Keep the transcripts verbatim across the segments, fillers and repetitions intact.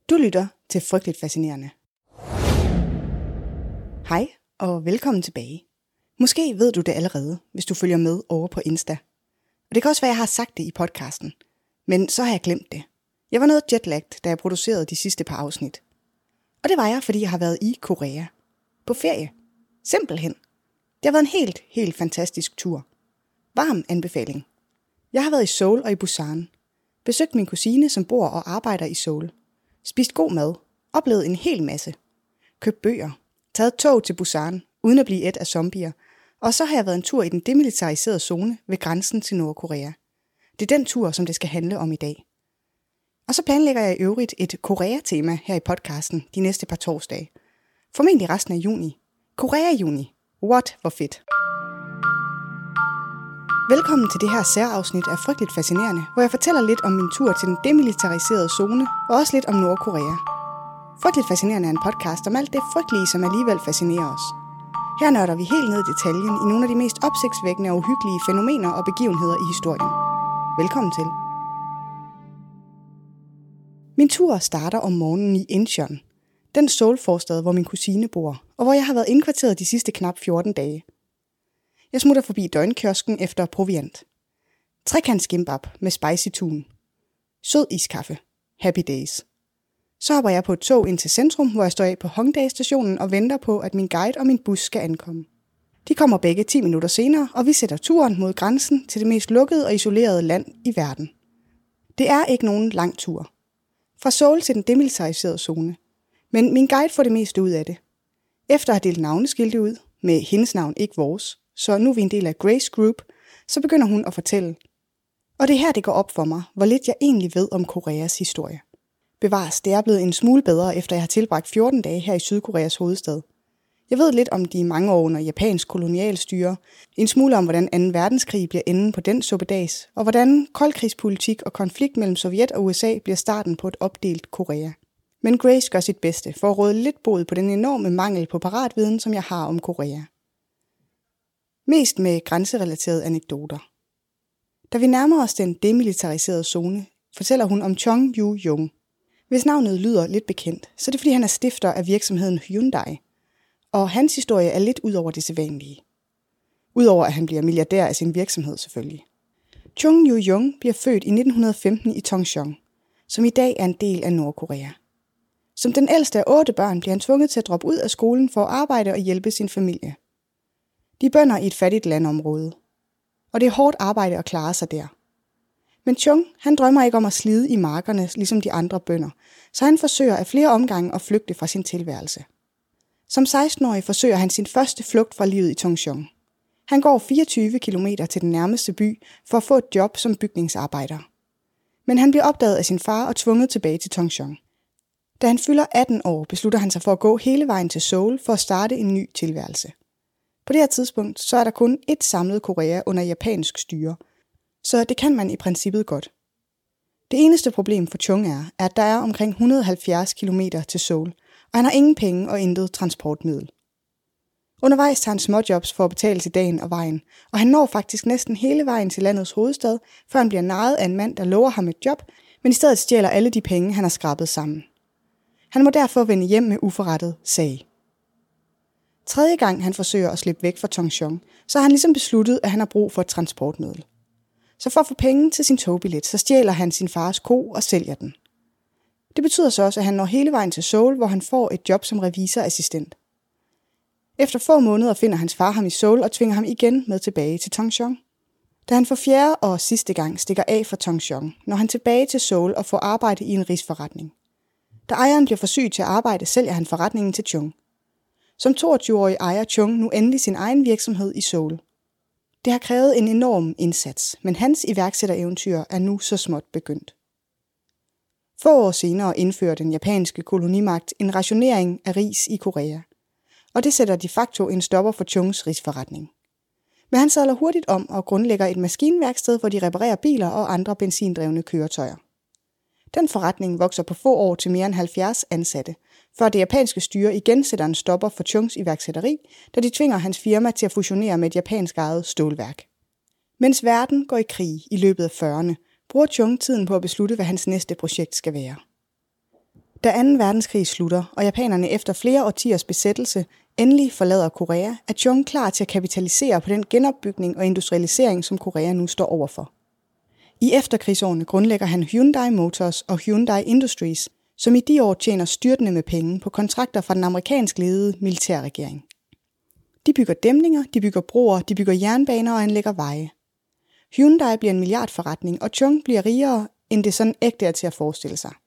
Du lytter til Frygteligt Fascinerende. Hej og velkommen tilbage. Måske ved du det allerede, hvis du følger med over på Insta. Og det kan også være, at jeg har sagt det i podcasten. Men så har jeg glemt det. Jeg var noget jetlagt, da jeg producerede de sidste par afsnit. Og det var jeg, fordi jeg har været i Korea. På ferie. Simpelthen. Det har været en helt, helt fantastisk tur. Varm anbefaling. Jeg har været i Seoul og i Busan. Besøgt min kusine, som bor og arbejder i Seoul. Spist god mad. Oplevet en hel masse. Købt bøger. Taget tog til Busan, uden at blive et af zombier. Og så har jeg været en tur i den demilitariserede zone ved grænsen til Nordkorea. Det er den tur, som det skal handle om i dag. Og så planlægger jeg i øvrigt et Korea-tema her i podcasten de næste par torsdage. Formentlig resten af juni. Korea-juni. What? Hvor fedt. Velkommen til det her særafsnit af Frygteligt Fascinerende, hvor jeg fortæller lidt om min tur til den demilitariserede zone, og også lidt om Nordkorea. Frygteligt Fascinerende er en podcast om alt det frygtelige, som alligevel fascinerer os. Her nørder vi helt ned i detaljen i nogle af de mest opsigtsvækkende og uhyggelige fænomener og begivenheder i historien. Velkommen til. Min tur starter om morgenen i Incheon, den Seoul-forstad, hvor min kusine bor, og hvor jeg har været indkvarteret de sidste knap fjorten dage. Jeg smutter forbi døgnkiosken efter proviant. Trekants gimbap med spicy tun. Sød iskaffe. Happy days. Så hopper jeg på et tog ind til centrum, hvor jeg står af på Hongdae-stationen og venter på, at min guide og min bus skal ankomme. De kommer begge ti minutter senere, og vi sætter turen mod grænsen til det mest lukkede og isolerede land i verden. Det er ikke nogen lang tur. Fra Seoul til den demilitariserede zone. Men min guide får det meste ud af det. Efter at have delt navneskilte ud, med hendes navn ikke vores, så nu er vi en del af Grace Group, så begynder hun at fortælle. Og det er her, det går op for mig, hvor lidt jeg egentlig ved om Koreas historie. Bevares, det er blevet en smule bedre, efter jeg har tilbragt fjorten dage her i Sydkoreas hovedstad. Jeg ved lidt om de mange år under japansk kolonialstyre, en smule om, hvordan anden verdenskrig bliver enden på den suppedags, og hvordan koldkrigspolitik og konflikt mellem Sovjet og U S A bliver starten på et opdelt Korea. Men Grace gør sit bedste for at råde lidt bod på den enorme mangel på paratviden, som jeg har om Korea. Mest med grænserelaterede anekdoter. Da vi nærmer os den demilitariserede zone, fortæller hun om Chung Yu-jung. Hvis navnet lyder lidt bekendt, så er det fordi han er stifter af virksomheden Hyundai. Og hans historie er lidt ud over det sædvanlige. Udover at han bliver milliardær af sin virksomhed selvfølgelig. Chung Yu-jung bliver født i nitten femten i Tongcheon, som i dag er en del af Nordkorea. Som den ældste af otte børn bliver han tvunget til at droppe ud af skolen for at arbejde og hjælpe sin familie. De er bønder i et fattigt landområde, og det er hårdt arbejde at klare sig der. Men Chung, han drømmer ikke om at slide i markerne, ligesom de andre bønder, så han forsøger af flere omgange at flygte fra sin tilværelse. Som seksten-årig forsøger han sin første flugt fra livet i Tongcheon. Han går fireogtyve kilometer til den nærmeste by for at få et job som bygningsarbejder. Men han bliver opdaget af sin far og tvunget tilbage til Tongcheon. Da han fylder atten år, beslutter han sig for at gå hele vejen til Seoul for at starte en ny tilværelse. På det her tidspunkt, så er der kun ét samlet Korea under japansk styre, så det kan man i princippet godt. Det eneste problem for Chung er, at der er omkring et hundrede og halvfjerds kilometer til Seoul, og han har ingen penge og intet transportmiddel. Undervejs tager han småjobs for at betale til dagen og vejen, og han når faktisk næsten hele vejen til landets hovedstad, før han bliver narret af en mand, der lover ham et job, men i stedet stjæler alle de penge, han har skrabet sammen. Han må derfor vende hjem med uforrettet sag. Tredje gang han forsøger at slippe væk fra Tongcheon, så har han ligesom besluttet, at han har brug for et transportmiddel. Så for at få penge til sin togbillet, så stjæler han sin fars ko og sælger den. Det betyder så også, at han når hele vejen til Seoul, hvor han får et job som revisorassistent. Efter få måneder finder hans far ham i Seoul og tvinger ham igen med tilbage til Tongcheon. Da han for fjerde og sidste gang stikker af fra Tongcheon, når han tilbage til Seoul og får arbejde i en risforretning. Da ejeren bliver for syg til at arbejde, sælger han forretningen til Chung. Som toogtyve-årig ejer Chung nu endelig sin egen virksomhed i Seoul. Det har krævet en enorm indsats, men hans iværksættereventyr er nu så småt begyndt. Få år senere indfører den japanske kolonimagt en rationering af ris i Korea, og det sætter de facto en stopper for Chungs risforretning. Men han sadler hurtigt om og grundlægger et maskinværksted, hvor de reparerer biler og andre benzindrevne køretøjer. Den forretning vokser på få år til mere end halvfjerds ansatte, før det japanske styre igen sætter en stopper for Chungs iværksætteri, da de tvinger hans firma til at fusionere med et japansk ejet stålværk. Mens verden går i krig i løbet af fyrrerne, bruger Chung tiden på at beslutte, hvad hans næste projekt skal være. Da anden verdenskrig slutter, og japanerne efter flere årtiers besættelse endelig forlader Korea, er Chung klar til at kapitalisere på den genopbygning og industrialisering, som Korea nu står overfor. I efterkrigsårene grundlægger han Hyundai Motors og Hyundai Industries, som i de år tjener styrtende med penge på kontrakter fra den amerikansk ledede militærregering. De bygger dæmninger, de bygger broer, de bygger jernbaner og anlægger veje. Hyundai bliver en milliardforretning, og Chung bliver rigere, end det sådan ægte er til at forestille sig.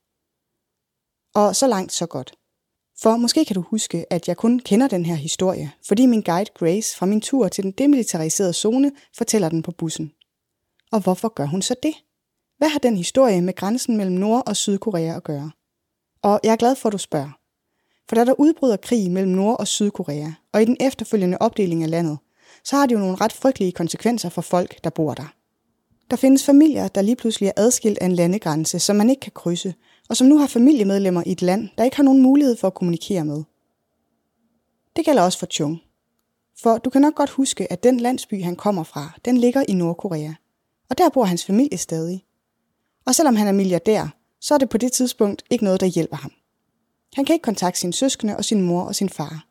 Og så langt, så godt. For måske kan du huske, at jeg kun kender den her historie, fordi min guide Grace fra min tur til den demilitariserede zone fortæller den på bussen. Og hvorfor gør hun så det? Hvad har den historie med grænsen mellem Nord- og Sydkorea at gøre? Og jeg er glad for, at du spørger. For da der udbryder krig mellem Nord- og Sydkorea, og i den efterfølgende opdeling af landet, så har det jo nogle ret frygtelige konsekvenser for folk, der bor der. Der findes familier, der lige pludselig er adskilt af en landegrænse, som man ikke kan krydse, og som nu har familiemedlemmer i et land, der ikke har nogen mulighed for at kommunikere med. Det gælder også for Chung. For du kan nok godt huske, at den landsby, han kommer fra, den ligger i Nordkorea. Og der bor hans familie stadig. Og selvom han er milliardær, så er det på det tidspunkt ikke noget, der hjælper ham. Han kan ikke kontakte sine søskende og sin mor og sin far.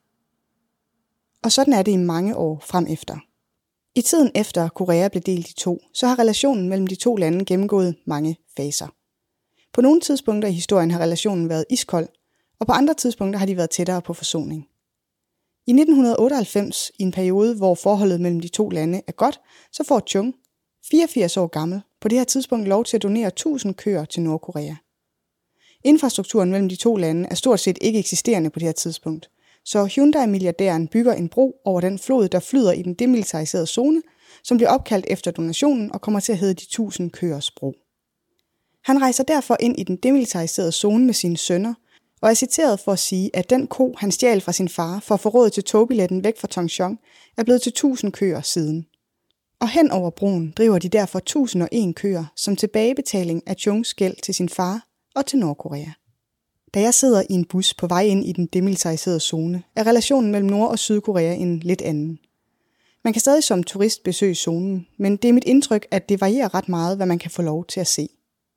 Og sådan er det i mange år frem efter. I tiden efter Korea blev delt i to, så har relationen mellem de to lande gennemgået mange faser. På nogle tidspunkter i historien har relationen været iskold, og på andre tidspunkter har de været tættere på forsoning. I nitten otteoghalvfems, i en periode, hvor forholdet mellem de to lande er godt, så får Chung, fireogfirs år gammel, på det her tidspunkt lov til at donere tusind køer til Nordkorea. Infrastrukturen mellem de to lande er stort set ikke eksisterende på det her tidspunkt, så Hyundai-milliardæren bygger en bro over den flod, der flyder i den demilitariserede zone, som bliver opkaldt efter donationen og kommer til at hedde de tusind køers bro. Han rejser derfor ind i den demilitariserede zone med sine sønner, og er citeret for at sige, at den ko, han stjal fra sin far for at få råd til togbilletten væk fra Tongchong, er blevet til tusind køer siden. Og hen over broen driver de derfor tusind og en køer som tilbagebetaling af Chungs gæld til sin far og til Nordkorea. Da jeg sidder i en bus på vej ind i den demilitariserede zone, er relationen mellem Nord- og Sydkorea en lidt anden. Man kan stadig som turist besøge zonen, men det er mit indtryk, at det varierer ret meget, hvad man kan få lov til at se.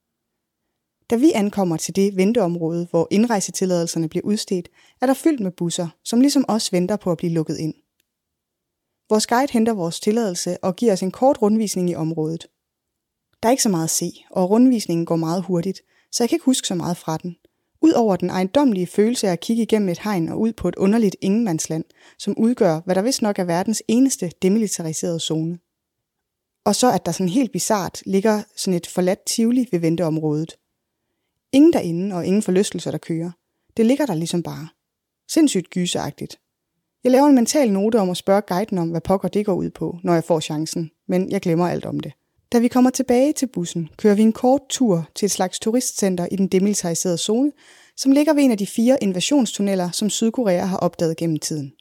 Da vi ankommer til det venteområde, hvor indrejsetilladelserne bliver udstedt, er der fyldt med busser, som ligesom os venter på at blive lukket ind. Vores guide henter vores tilladelse og giver os en kort rundvisning i området. Der er ikke så meget at se, og rundvisningen går meget hurtigt, så jeg kan ikke huske så meget fra den. Udover den ejendommelige følelse af at kigge igennem et hegn og ud på et underligt ingenmandsland, som udgør, hvad der vist nok er verdens eneste demilitariserede zone. Og så at der sådan helt bizart ligger sådan et forladt tivoli ved venteområdet. Ingen derinde og ingen forlystelser, der kører. Det ligger der ligesom bare. Sindssygt gyseragtigt. Jeg laver en mental note om at spørge guiden om, hvad pokker det går ud på, når jeg får chancen, men jeg glemmer alt om det. Da vi kommer tilbage til bussen, kører vi en kort tur til et slags turistcenter i den demilitariserede zone, som ligger ved en af de fire invasionstunneller, som Sydkorea har opdaget gennem tiden.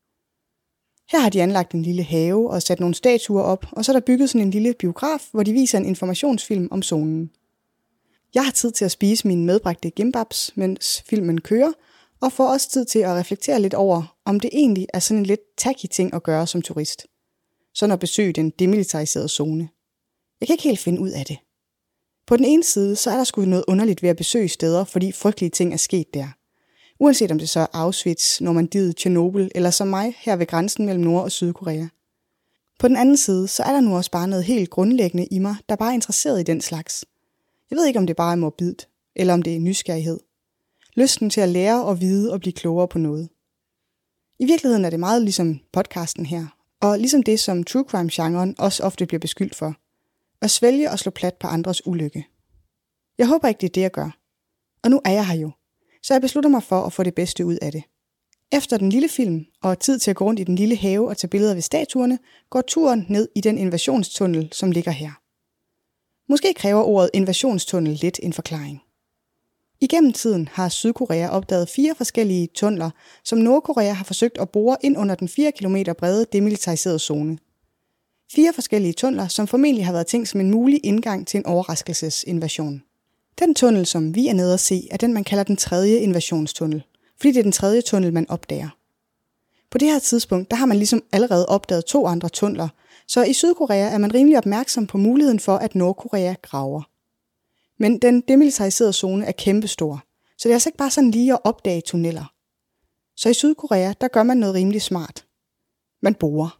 Her har de anlagt en lille have og sat nogle statuer op, og så er der bygget sådan en lille biograf, hvor de viser en informationsfilm om zonen. Jeg har tid til at spise mine medbragte gimbabs, mens filmen kører, og får også tid til at reflektere lidt over, om det egentlig er sådan en lidt tacky ting at gøre som turist. Sådan at besøge den demilitariserede zone. Jeg kan ikke helt finde ud af det. På den ene side, så er der sgu noget underligt ved at besøge steder, fordi frygtelige ting er sket der. Uanset om det så er Auschwitz, Normandiet, Tjernobyl, eller som mig her ved grænsen mellem Nord- og Sydkorea. På den anden side, så er der nu også bare noget helt grundlæggende i mig, der bare er interesseret i den slags. Jeg ved ikke, om det bare er morbidt, eller om det er nysgerrighed. Lysten til at lære og vide og blive klogere på noget. I virkeligheden er det meget ligesom podcasten her, og ligesom det, som true crime-genren også ofte bliver beskyldt for. At svælge og slå plat på andres ulykke. Jeg håber ikke, det er det, jeg gør. Og nu er jeg her jo, så jeg beslutter mig for at få det bedste ud af det. Efter den lille film og tid til at gå rundt i den lille have og tage billeder ved statuerne, går turen ned i den invasionstunnel, som ligger her. Måske kræver ordet invasionstunnel lidt en forklaring. Igennem tiden har Sydkorea opdaget fire forskellige tunneler, som Nordkorea har forsøgt at bore ind under den fire kilometer brede demilitariserede zone. Fire forskellige tunneler, som formentlig har været tænkt som en mulig indgang til en overraskelsesinvasion. Den tunnel, som vi er nede at se, er den, man kalder den tredje invasionstunnel, fordi det er den tredje tunnel, man opdager. På det her tidspunkt, der har man ligesom allerede opdaget to andre tunneler, så i Sydkorea er man rimelig opmærksom på muligheden for, at Nordkorea graver. Men den demilitariserede zone er kæmpestor, Så det er altså ikke bare sådan lige at opdage tunneller. Så i Sydkorea, der gør man noget rimelig smart. Man borer.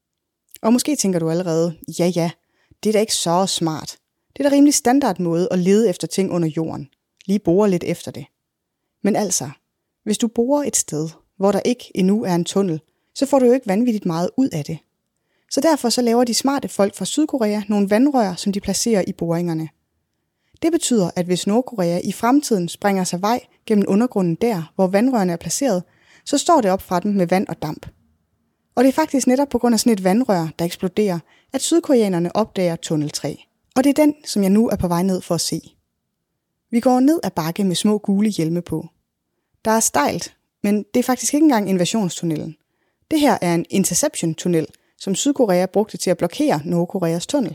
Og måske tænker du allerede, ja ja, det er da ikke så smart. Det er da rimelig standard måde at lede efter ting under jorden. Lige bore lidt efter det. Men altså, hvis du borer et sted, hvor der ikke endnu er en tunnel, så får du jo ikke vanvittigt meget ud af det. Så derfor så laver de smarte folk fra Sydkorea nogle vandrør, som de placerer i boringerne. Det betyder, at hvis Nordkorea i fremtiden springer sig vej gennem undergrunden der, hvor vandrørene er placeret, så står det op fra dem med vand og damp. Og det er faktisk netop på grund af sådan et vandrør, der eksploderer, at sydkoreanerne opdager tunnel tre. Og det er den, som jeg nu er på vej ned for at se. Vi går ned ad bakke med små gule hjelme på. Der er stejlt, men det er faktisk ikke engang invasionstunnelen. Det her er en interception-tunnel, som Sydkorea brugte til at blokere Nordkoreas tunnel.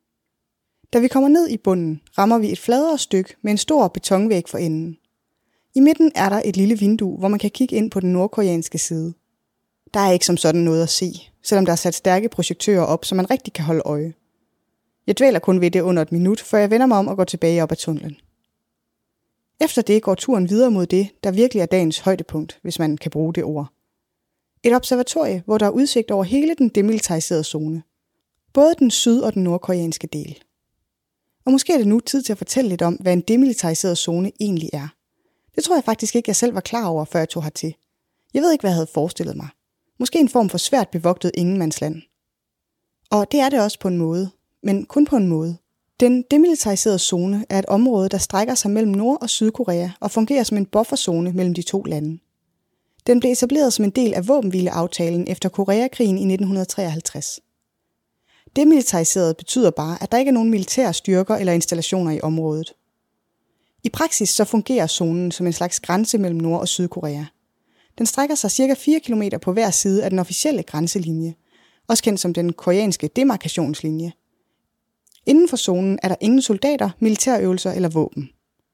Da vi kommer ned i bunden, rammer vi et fladere stykke med en stor betonvæg for enden. I midten er der et lille vindue, hvor man kan kigge ind på den nordkoreanske side. Der er ikke som sådan noget at se, selvom der er sat stærke projektører op, så man rigtig kan holde øje. Jeg dvæler kun ved det under et minut, før jeg vender mig om og går tilbage op ad tunnelen. Efter det går turen videre mod det, der virkelig er dagens højdepunkt, hvis man kan bruge det ord. Et observatorie, hvor der er udsigt over hele den demilitariserede zone. Både den syd- og den nordkoreanske del. Og måske er det nu tid til at fortælle lidt om, hvad en demilitariseret zone egentlig er. Det tror jeg faktisk ikke, jeg selv var klar over, før jeg tog hertil. Jeg ved ikke, hvad jeg havde forestillet mig. Måske en form for svært bevogtet ingenmandsland. Og det er det også på en måde, men kun på en måde. Den demilitariserede zone er et område, der strækker sig mellem Nord- og Sydkorea og fungerer som en bufferzone mellem de to lande. Den blev etableret som en del af våbenhvileaftalen efter Koreakrigen i nitten treoghalvtreds. Demilitariseret betyder bare, at der ikke er nogen militære styrker eller installationer i området. I praksis så fungerer zonen som en slags grænse mellem Nord- og Sydkorea. Den strækker sig cirka fire kilometer på hver side af den officielle grænselinje, også kendt som den koreanske demarkationslinje. Inden for zonen er der ingen soldater, militærøvelser eller våben.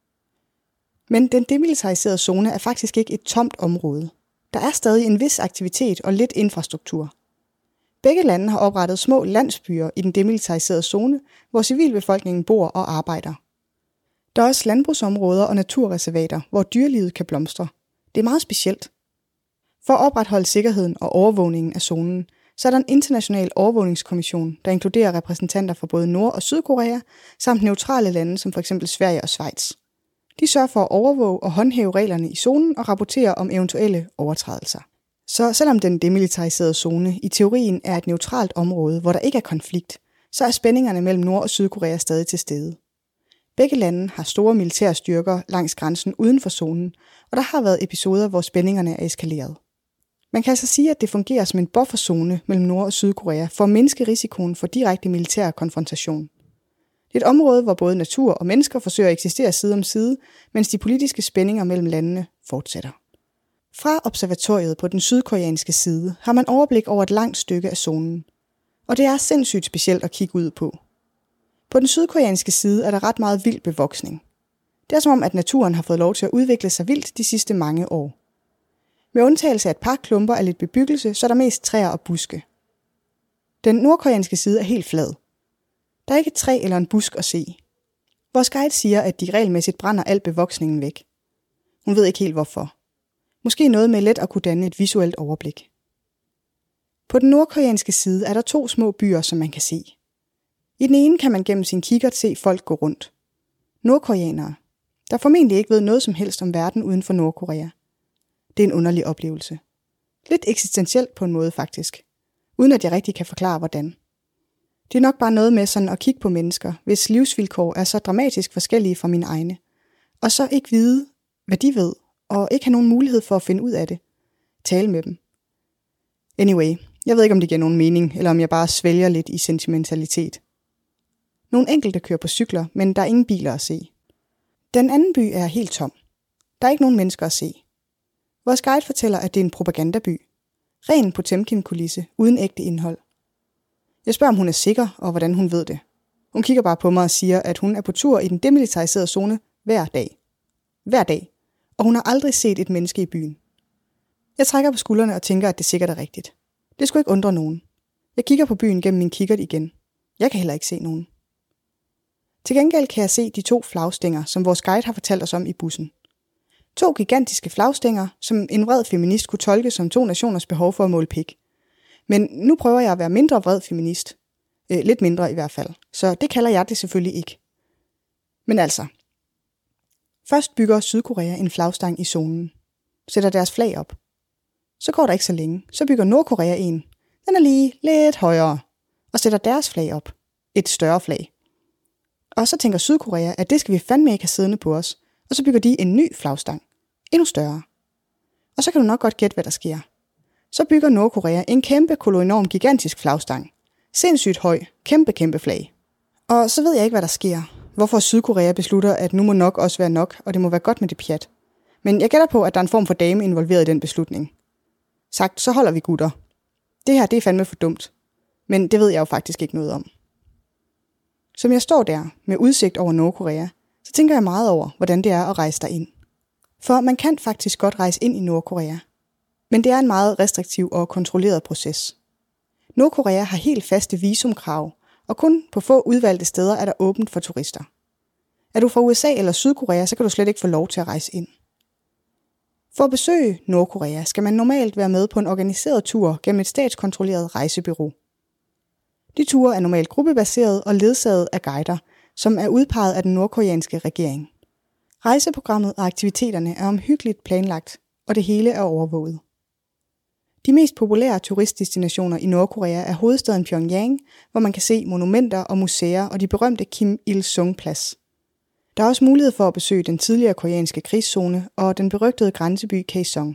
Men den demilitariserede zone er faktisk ikke et tomt område. Der er stadig en vis aktivitet og lidt infrastruktur. Begge lande har oprettet små landsbyer i den demilitariserede zone, hvor civilbefolkningen bor og arbejder. Der er også landbrugsområder og naturreservater, hvor dyrelivet kan blomstre. Det er meget specielt. For at opretholde sikkerheden og overvågningen af zonen, så er der en international overvågningskommission, der inkluderer repræsentanter fra både Nord- og Sydkorea, samt neutrale lande som f.eks. Sverige og Schweiz. De sørger for at overvåge og håndhæve reglerne i zonen og rapportere om eventuelle overtrædelser. Så selvom den demilitariserede zone i teorien er et neutralt område, hvor der ikke er konflikt, så er spændingerne mellem Nord- og Sydkorea stadig til stede. Begge lande har store militære styrker langs grænsen uden for zonen, og der har været episoder, hvor spændingerne er eskaleret. Man kan altså sige, at det fungerer som en bufferzone mellem Nord- og Sydkorea for at mindske risikoen for direkte militær konfrontation. Det er et område, hvor både natur og mennesker forsøger at eksistere side om side, mens de politiske spændinger mellem landene fortsætter. Fra observatoriet på den sydkoreanske side har man overblik over et langt stykke af zonen, og det er sindssygt specielt at kigge ud på. På den sydkoreanske side er der ret meget vild bevoksning. Det er som om, at naturen har fået lov til at udvikle sig vildt de sidste mange år. Med undtagelse af et par klumper af lidt bebyggelse, så er der mest træer og buske. Den nordkoreanske side er helt flad. Der er ikke et træ eller en busk at se. Vores guide siger, at de regelmæssigt brænder al bevoksningen væk. Hun ved ikke helt hvorfor. Måske noget med let at kunne danne et visuelt overblik. På den nordkoreanske side er der to små byer, som man kan se. I den ene kan man gennem sin kikkert se folk gå rundt. Nordkoreanere, der formentlig ikke ved noget som helst om verden uden for Nordkorea. Det er en underlig oplevelse. Lidt eksistentielt på en måde faktisk, uden at jeg rigtig kan forklare hvordan. Det er nok bare noget med sådan at kigge på mennesker, hvis livsvilkår er så dramatisk forskellige fra mine egne, og så ikke vide, hvad de ved, og ikke have nogen mulighed for at finde ud af det. Tale med dem. Anyway, jeg ved ikke om det giver nogen mening, eller om jeg bare svælger lidt i sentimentalitet. Nogle enkelte kører på cykler, men der er ingen biler at se. Den anden by er helt tom. Der er ikke nogen mennesker at se. Vores guide fortæller, at det er en propagandaby. Ren Potemkin-kulisse, uden ægte indhold. Jeg spørger, om hun er sikker, og hvordan hun ved det. Hun kigger bare på mig og siger, at hun er på tur i den demilitariserede zone hver dag. Hver dag. Og hun har aldrig set et menneske i byen. Jeg trækker på skuldrene og tænker, at det sikkert er rigtigt. Det skulle ikke undre nogen. Jeg kigger på byen gennem min kikkert igen. Jeg kan heller ikke se nogen. Til gengæld kan jeg se de to flagstænger, som vores guide har fortalt os om i bussen. To gigantiske flagstænger, som en vred feminist kunne tolke som to nationers behov for at måle pik. Men nu prøver jeg at være mindre vred feminist. Øh, lidt mindre i hvert fald. Så det kalder jeg det selvfølgelig ikke. Men altså. Først bygger Sydkorea en flagstang i zonen. Sætter deres flag op. Så går der ikke så længe. Så bygger Nordkorea en. Den er lige lidt højere. Og sætter deres flag op. Et større flag. Og så tænker Sydkorea, at det skal vi fandme ikke have siddende på os. Og så bygger de en ny flagstang. Endnu større. Og så kan du nok godt gætte, hvad der sker. Så bygger Nordkorea en kæmpe koloenorm gigantisk flagstang. Sindssygt høj, kæmpe kæmpe flag. Og så ved jeg ikke, hvad der sker. Hvorfor Sydkorea beslutter, at nu må nok også være nok, og det må være godt med det pjat. Men jeg gætter på, at der er en form for dame involveret i den beslutning. Sagt, så holder vi gutter. Det her, det er fandme for dumt. Men det ved jeg jo faktisk ikke noget om. Som jeg står der med udsigt over Nordkorea, så tænker jeg meget over, hvordan det er at rejse derind. For man kan faktisk godt rejse ind i Nordkorea. Men det er en meget restriktiv og kontrolleret proces. Nordkorea har helt faste visumkrav, og kun på få udvalgte steder er der åbent for turister. Er du fra U S A eller Sydkorea, så kan du slet ikke få lov til at rejse ind. For at besøge Nordkorea skal man normalt være med på en organiseret tur gennem et statskontrolleret rejsebureau. De ture er normalt gruppebaseret og ledsaget af guider, som er udpeget af den nordkoreanske regering. Rejseprogrammet og aktiviteterne er omhyggeligt planlagt, og det hele er overvåget. De mest populære turistdestinationer i Nordkorea er hovedstaden Pyongyang, hvor man kan se monumenter og museer og de berømte Kim Il-sung-plads. Der er også mulighed for at besøge den tidligere koreanske krigszone og den berygtede grænseby Kaesong.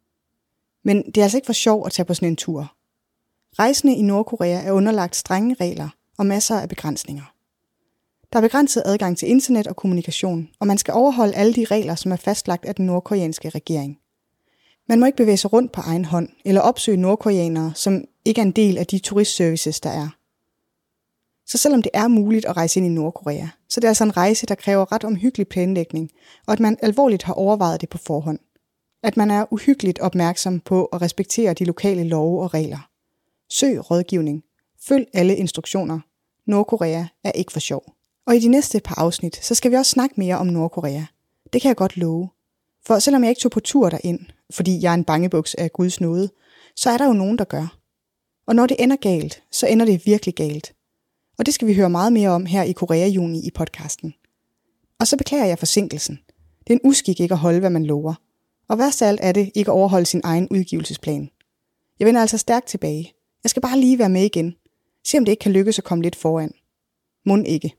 Men det er altså ikke for sjov at tage på sådan en tur. Rejsende i Nordkorea er underlagt strenge regler og masser af begrænsninger. Der er begrænset adgang til internet og kommunikation, og man skal overholde alle de regler, som er fastlagt af den nordkoreanske regering. Man må ikke bevæge sig rundt på egen hånd eller opsøge nordkoreanere, som ikke er en del af de turistservices, der er. Så selvom det er muligt at rejse ind i Nordkorea, så det er altså en rejse, der kræver ret omhyggelig planlægning, og at man alvorligt har overvejet det på forhånd. At man er uhyggeligt opmærksom på at respektere de lokale love og regler. Søg rådgivning. Følg alle instruktioner. Nordkorea er ikke for sjov. Og i de næste par afsnit, så skal vi også snakke mere om Nordkorea. Det kan jeg godt love. For selvom jeg ikke tog på tur derind, fordi jeg er en bangebuks af Guds nåde, så er der jo nogen, der gør. Og når det ender galt, så ender det virkelig galt. Og det skal vi høre meget mere om her i Korea-juni i podcasten. Og så beklager jeg forsinkelsen. Det er en uskik ikke at holde, hvad man lover. Og værst af alt er det ikke at overholde sin egen udgivelsesplan. Jeg vender altså stærkt tilbage. Jeg skal bare lige være med igen. Se om det ikke kan lykkes at komme lidt foran. Mon ikke.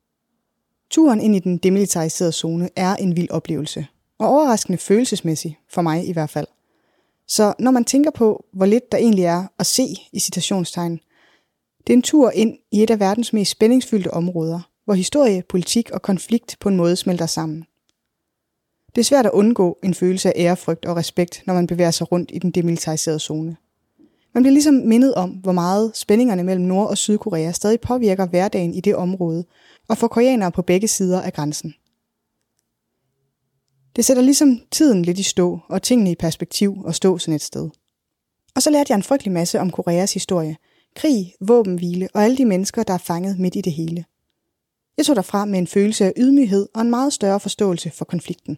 Turen ind i den demilitariserede zone er en vild oplevelse. Og overraskende følelsesmæssig, for mig i hvert fald. Så når man tænker på, hvor lidt der egentlig er at se i citationstegn, det er en tur ind i et af verdens mest spændingsfyldte områder, hvor historie, politik og konflikt på en måde smelter sammen. Det er svært at undgå en følelse af ærefrygt og respekt, når man bevæger sig rundt i den demilitariserede zone. Man bliver ligesom mindet om, hvor meget spændingerne mellem Nord- og Sydkorea stadig påvirker hverdagen i det område, og for koreanere på begge sider af grænsen. Det sætter ligesom tiden lidt i stå, og tingene i perspektiv og stå sådan et sted. Og så lærte jeg en frygtelig masse om Koreas historie, krig, våbenhvile og alle de mennesker, der er fanget midt i det hele. Jeg tog derfra med en følelse af ydmyghed og en meget større forståelse for konflikten.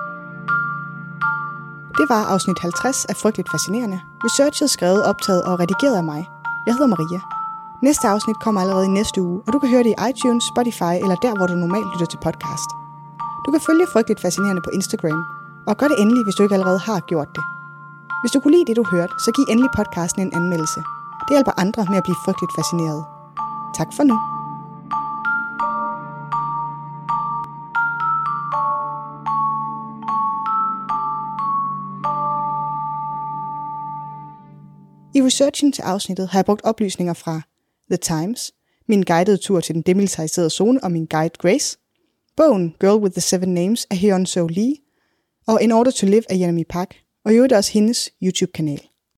Det var afsnit halvtreds af Frygteligt Fascinerende. Researchet, skrevet, optaget og redigeret af mig. Jeg hedder Maria. Næste afsnit kommer allerede i næste uge, og du kan høre det i iTunes, Spotify eller der, hvor du normalt lytter til podcast. Du kan følge Frygteligt Fascinerende på Instagram, og gør det endelig, hvis du ikke allerede har gjort det. Hvis du kunne lide det, du hørte, så giv endelig podcasten en anmeldelse. Det hjælper andre med at blive frygteligt fascineret. Tak for nu. I researchen til afsnittet har jeg brugt oplysninger fra The Times, min guidede tur til den demilitariserede zone og min guide Grace, bogen Girl with the Seven Names af Hyun-Soo Lee og In Order to Live af Yeonmi Park, og i øvrigt også hendes YouTube-kanal.